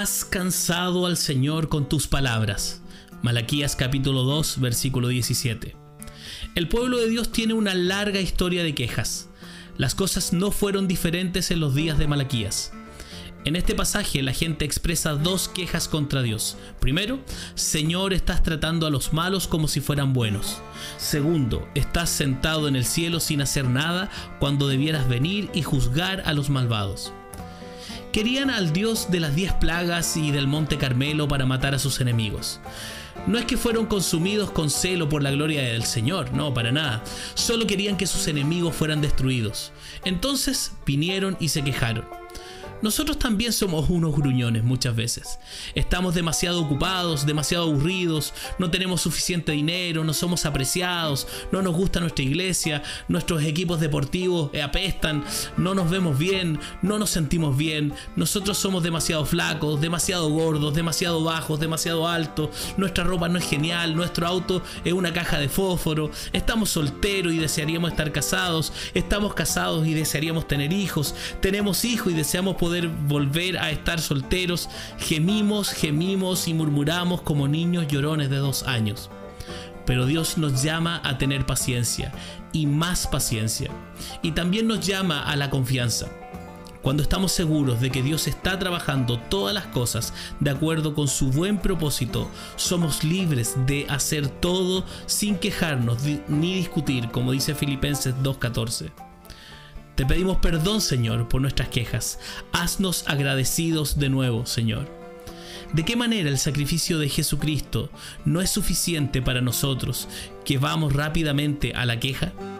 Has cansado al Señor con tus palabras. Malaquías capítulo 2, versículo 17. El pueblo de Dios tiene una larga historia de quejas. Las cosas no fueron diferentes en los días de Malaquías. En este pasaje la gente expresa dos quejas contra Dios. Primero, Señor, estás tratando a los malos como si fueran buenos. Segundo, estás sentado en el cielo sin hacer nada cuando debieras venir y juzgar a los malvados. Querían al Dios de las 10 plagas y del Monte Carmelo para matar a sus enemigos. No es que fueron consumidos con celo por la gloria del Señor, no, para nada. Solo querían que sus enemigos fueran destruidos. Entonces vinieron y se quejaron. Nosotros también somos unos gruñones muchas veces. Estamos demasiado ocupados, demasiado aburridos, no tenemos suficiente dinero, no somos apreciados, no nos gusta nuestra iglesia, nuestros equipos deportivos apestan, no nos vemos bien, no nos sentimos bien, nosotros somos demasiado flacos, demasiado gordos, demasiado bajos, demasiado altos, nuestra ropa no es genial, nuestro auto es una caja de fósforo, estamos solteros y desearíamos estar casados, estamos casados y desearíamos tener hijos, tenemos hijos y deseamos poder volver a estar solteros, gemimos y murmuramos como niños llorones de 2 años. Pero Dios nos llama a tener paciencia y más paciencia, y también nos llama a la confianza. Cuando estamos seguros de que Dios está trabajando todas las cosas de acuerdo con su buen propósito, somos libres de hacer todo sin quejarnos ni discutir, como dice Filipenses 2:14. Te pedimos perdón, Señor, por nuestras quejas. Haznos agradecidos de nuevo, Señor. ¿De qué manera el sacrificio de Jesucristo no es suficiente para nosotros que vamos rápidamente a la queja?